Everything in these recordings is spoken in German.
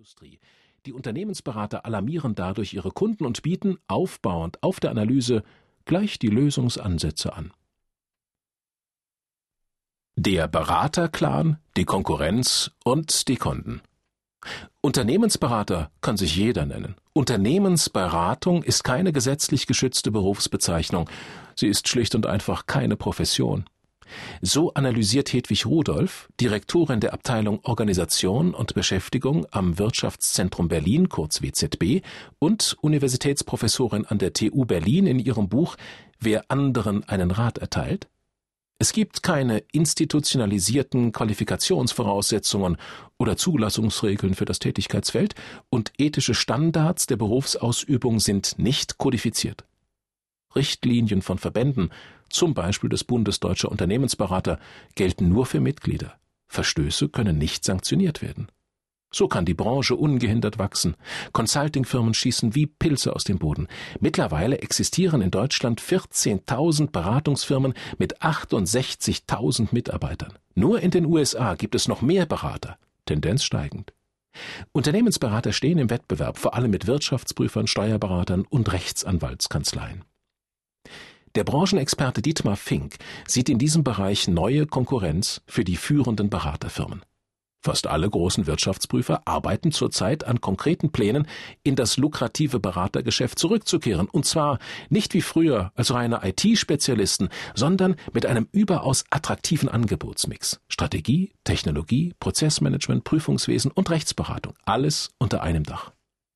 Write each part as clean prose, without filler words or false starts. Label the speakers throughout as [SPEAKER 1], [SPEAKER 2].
[SPEAKER 1] Industrie. Die Unternehmensberater alarmieren dadurch ihre Kunden und bieten, aufbauend auf der Analyse, gleich die Lösungsansätze an. Der Beraterclan, die Konkurrenz und die Kunden. Unternehmensberater kann sich jeder nennen. Unternehmensberatung ist keine gesetzlich geschützte Berufsbezeichnung. Sie ist schlicht und einfach keine Profession. So analysiert Hedwig Rudolph, Direktorin der Abteilung Organisation und Beschäftigung am Wirtschaftszentrum Berlin, kurz WZB, und Universitätsprofessorin an der TU Berlin in ihrem Buch »Wer anderen einen Rat erteilt«: Es gibt keine institutionalisierten Qualifikationsvoraussetzungen oder Zulassungsregeln für das Tätigkeitsfeld und ethische Standards der Berufsausübung sind nicht kodifiziert. Richtlinien von Verbänden, zum Beispiel des Bundes Deutscher Unternehmensberater, gelten nur für Mitglieder. Verstöße können nicht sanktioniert werden. So kann die Branche ungehindert wachsen. Consultingfirmen schießen wie Pilze aus dem Boden. Mittlerweile existieren in Deutschland 14.000 Beratungsfirmen mit 68.000 Mitarbeitern. Nur in den USA gibt es noch mehr Berater, Tendenz steigend. Unternehmensberater stehen im Wettbewerb, vor allem mit Wirtschaftsprüfern, Steuerberatern und Rechtsanwaltskanzleien. Der Branchenexperte Dietmar Fink sieht in diesem Bereich neue Konkurrenz für die führenden Beraterfirmen. Fast alle großen Wirtschaftsprüfer arbeiten zurzeit an konkreten Plänen, in das lukrative Beratergeschäft zurückzukehren, und zwar nicht wie früher als reine IT-Spezialisten, sondern mit einem überaus attraktiven Angebotsmix. Strategie, Technologie, Prozessmanagement, Prüfungswesen und Rechtsberatung, alles unter einem Dach.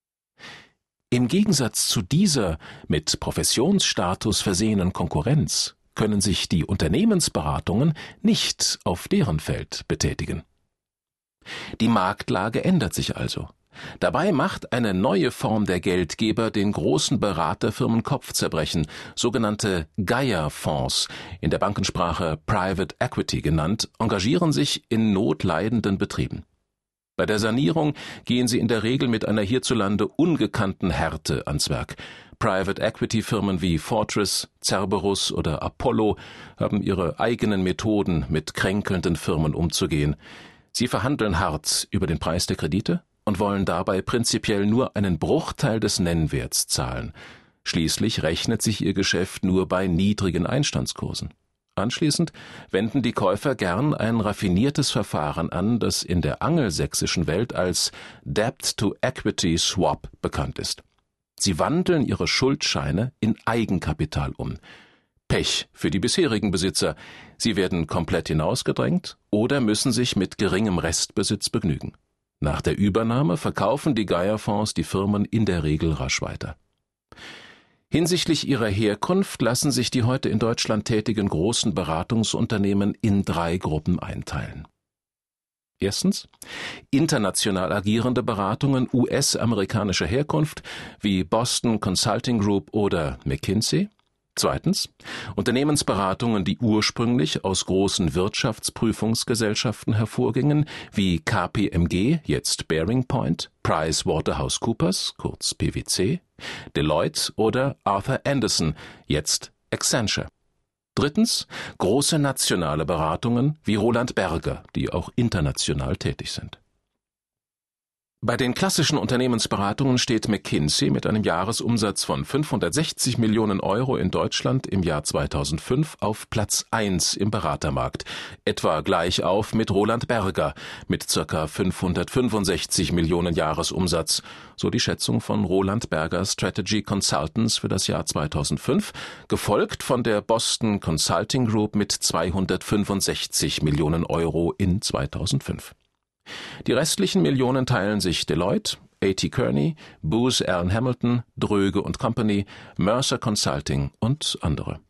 [SPEAKER 1] Im Gegensatz zu dieser mit Professionsstatus versehenen Konkurrenz können sich die Unternehmensberatungen nicht auf deren Feld betätigen. Die Marktlage ändert sich also. Dabei macht eine neue Form der Geldgeber den großen Beraterfirmen Kopfzerbrechen, sogenannte Geierfonds, in der Bankensprache Private Equity genannt, engagieren sich in notleidenden Betrieben. Bei der Sanierung gehen sie in der Regel mit einer hierzulande ungekannten Härte ans Werk. Private Equity Firmen wie Fortress, Cerberus oder Apollo haben ihre eigenen Methoden, mit kränkelnden Firmen umzugehen. Sie verhandeln hart über den Preis der Kredite und wollen dabei prinzipiell nur einen Bruchteil des Nennwerts zahlen. Schließlich rechnet sich ihr Geschäft nur bei niedrigen Einstandskursen. Anschließend wenden die Käufer gern ein raffiniertes Verfahren an, das in der angelsächsischen Welt als Debt-to-Equity-Swap bekannt ist. Sie wandeln ihre Schuldscheine in Eigenkapital um. Pech für die bisherigen Besitzer. Sie werden komplett hinausgedrängt oder müssen sich mit geringem Restbesitz begnügen. Nach der Übernahme verkaufen die Geierfonds die Firmen in der Regel rasch weiter. Hinsichtlich ihrer Herkunft lassen sich die heute in Deutschland tätigen großen Beratungsunternehmen in 3 Gruppen einteilen. Erstens: international agierende Beratungen US-amerikanischer Herkunft wie Boston Consulting Group oder McKinsey. Zweitens: Unternehmensberatungen, die ursprünglich aus großen Wirtschaftsprüfungsgesellschaften hervorgingen, wie KPMG, jetzt Bearing Point, PricewaterhouseCoopers, kurz PwC, Deloitte oder Arthur Andersen, jetzt Accenture. Drittens: große nationale Beratungen wie Roland Berger, die auch international tätig sind. Bei den klassischen Unternehmensberatungen steht McKinsey mit einem Jahresumsatz von 560 Millionen Euro in Deutschland im Jahr 2005 auf Platz 1 im Beratermarkt, etwa gleich auf mit Roland Berger mit ca. 565 Millionen Jahresumsatz, so die Schätzung von Roland Berger Strategy Consultants für das Jahr 2005, gefolgt von der Boston Consulting Group mit 265 Millionen Euro in 2005. Die restlichen Millionen teilen sich Deloitte, A.T. Kearney, Booz Allen Hamilton, Dröge & Company, Mercer Consulting und andere.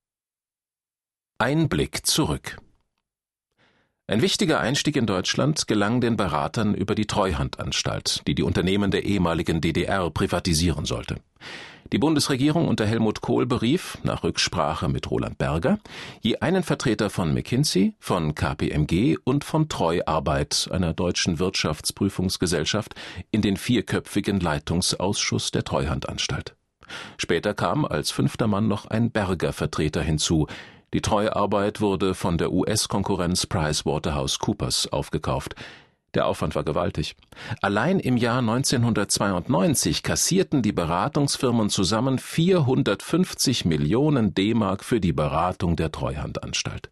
[SPEAKER 1] Ein Blick zurück. Ein wichtiger Einstieg in Deutschland gelang den Beratern über die Treuhandanstalt, die die Unternehmen der ehemaligen DDR privatisieren sollte. Die Bundesregierung unter Helmut Kohl berief, nach Rücksprache mit Roland Berger, je einen Vertreter von McKinsey, von KPMG und von Treuarbeit, einer deutschen Wirtschaftsprüfungsgesellschaft, in den 4-köpfigen Leitungsausschuss der Treuhandanstalt. Später kam als 5. Mann noch ein Berger-Vertreter hinzu. Die Treuarbeit wurde von der US-Konkurrenz PricewaterhouseCoopers aufgekauft. Der Aufwand war gewaltig. Allein im Jahr 1992 kassierten die Beratungsfirmen zusammen 450 Millionen D-Mark für die Beratung der Treuhandanstalt.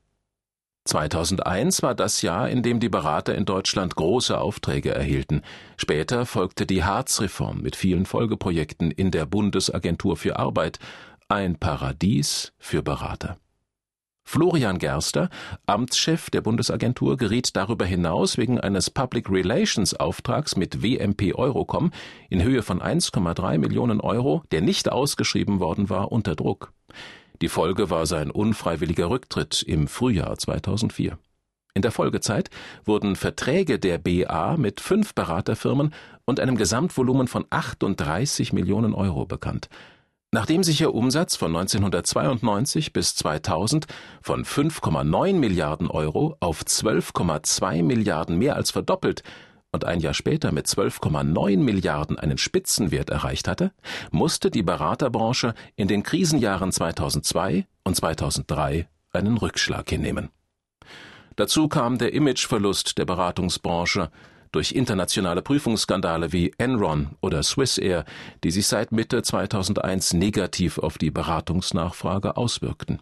[SPEAKER 1] 2001 war das Jahr, in dem die Berater in Deutschland große Aufträge erhielten. Später folgte die Hartz-Reform mit vielen Folgeprojekten in der Bundesagentur für Arbeit, ein Paradies für Berater. Florian Gerster, Amtschef der Bundesagentur, geriet darüber hinaus wegen eines Public Relations Auftrags mit WMP Eurocom in Höhe von 1,3 Millionen Euro, der nicht ausgeschrieben worden war, unter Druck. Die Folge war sein unfreiwilliger Rücktritt im Frühjahr 2004. In der Folgezeit wurden Verträge der BA mit 5 Beraterfirmen und einem Gesamtvolumen von 38 Millionen Euro bekannt. Nachdem sich ihr Umsatz von 1992 bis 2000 von 5,9 Milliarden Euro auf 12,2 Milliarden mehr als verdoppelt und ein Jahr später mit 12,9 Milliarden einen Spitzenwert erreicht hatte, musste die Beraterbranche in den Krisenjahren 2002 und 2003 einen Rückschlag hinnehmen. Dazu kam der Imageverlust der Beratungsbranche durch internationale Prüfungsskandale wie Enron oder Swissair, die sich seit Mitte 2001 negativ auf die Beratungsnachfrage auswirkten.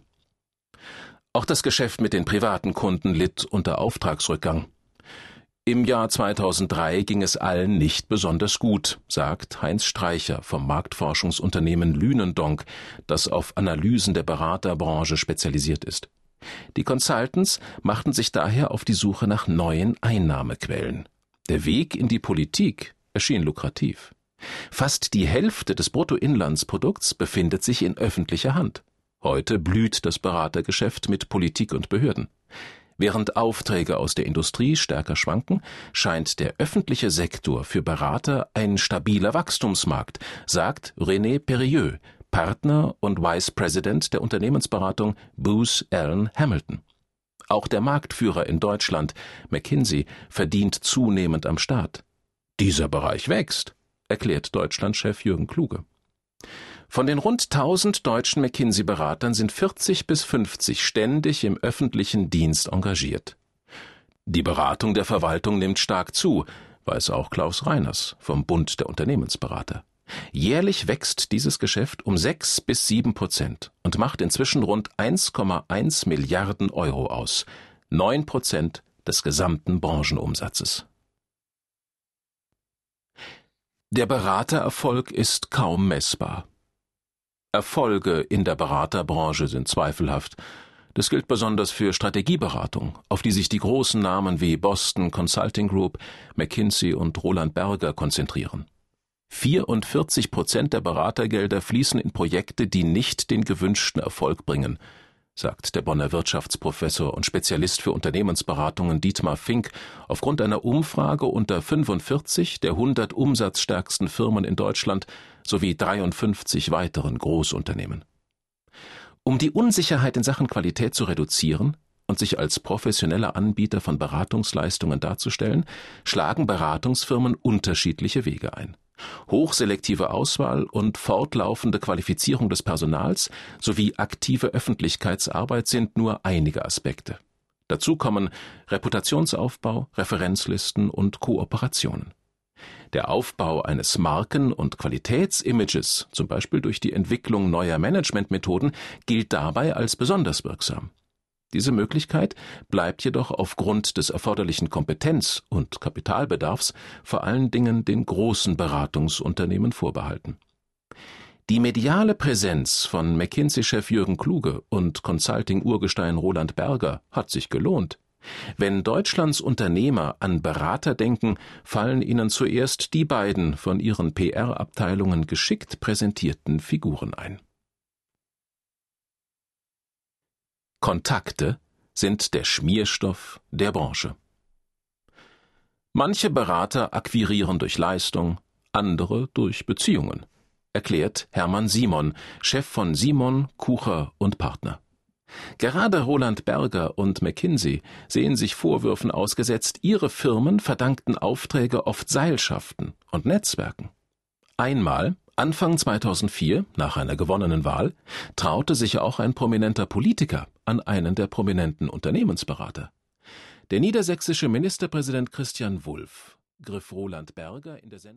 [SPEAKER 1] Auch das Geschäft mit den privaten Kunden litt unter Auftragsrückgang. Im Jahr 2003 ging es allen nicht besonders gut, sagt Heinz Streicher vom Marktforschungsunternehmen Lünendonk, das auf Analysen der Beraterbranche spezialisiert ist. Die Consultants machten sich daher auf die Suche nach neuen Einnahmequellen. Der Weg in die Politik erschien lukrativ. Fast die Hälfte des Bruttoinlandsprodukts befindet sich in öffentlicher Hand. Heute blüht das Beratergeschäft mit Politik und Behörden. Während Aufträge aus der Industrie stärker schwanken, scheint der öffentliche Sektor für Berater ein stabiler Wachstumsmarkt, sagt René Perrieux, Partner und Vice President der Unternehmensberatung Booz Allen Hamilton. Auch der Marktführer in Deutschland, McKinsey, verdient zunehmend am Staat. Dieser Bereich wächst, erklärt Deutschlandchef Jürgen Kluge. Von den rund 1000 deutschen McKinsey-Beratern sind 40 bis 50 ständig im öffentlichen Dienst engagiert. Die Beratung der Verwaltung nimmt stark zu, weiß auch Klaus Reiners vom Bund der Unternehmensberater. Jährlich wächst dieses Geschäft um 6 bis 7% und macht inzwischen rund 1,1 Milliarden Euro aus, 9% des gesamten Branchenumsatzes. Der Beratererfolg ist kaum messbar. Erfolge in der Beraterbranche sind zweifelhaft. Das gilt besonders für Strategieberatung, auf die sich die großen Namen wie Boston Consulting Group, McKinsey und Roland Berger konzentrieren. 44% der Beratergelder fließen in Projekte, die nicht den gewünschten Erfolg bringen, sagt der Bonner Wirtschaftsprofessor und Spezialist für Unternehmensberatungen Dietmar Fink aufgrund einer Umfrage unter 45 der 100 umsatzstärksten Firmen in Deutschland sowie 53 weiteren Großunternehmen. Um die Unsicherheit in Sachen Qualität zu reduzieren und sich als professioneller Anbieter von Beratungsleistungen darzustellen, schlagen Beratungsfirmen unterschiedliche Wege ein. Hochselektive Auswahl und fortlaufende Qualifizierung des Personals sowie aktive Öffentlichkeitsarbeit sind nur einige Aspekte. Dazu kommen Reputationsaufbau, Referenzlisten und Kooperationen. Der Aufbau eines Marken- und Qualitätsimages, zum Beispiel durch die Entwicklung neuer Managementmethoden, gilt dabei als besonders wirksam. Diese Möglichkeit bleibt jedoch aufgrund des erforderlichen Kompetenz- und Kapitalbedarfs vor allen Dingen den großen Beratungsunternehmen vorbehalten. Die mediale Präsenz von McKinsey-Chef Jürgen Kluge und Consulting-Urgestein Roland Berger hat sich gelohnt. Wenn Deutschlands Unternehmer an Berater denken, fallen ihnen zuerst die beiden von ihren PR-Abteilungen geschickt präsentierten Figuren ein. Kontakte sind der Schmierstoff der Branche. Manche Berater akquirieren durch Leistung, andere durch Beziehungen, erklärt Hermann Simon, Chef von Simon, Kucher und Partner. Gerade Roland Berger und McKinsey sehen sich Vorwürfen ausgesetzt, ihre Firmen verdankten Aufträge oft Seilschaften und Netzwerken. Einmal, Anfang 2004, nach einer gewonnenen Wahl, traute sich auch ein prominenter Politiker an einen der prominenten Unternehmensberater. Der niedersächsische Ministerpräsident Christian Wulff griff Roland Berger in der Sendung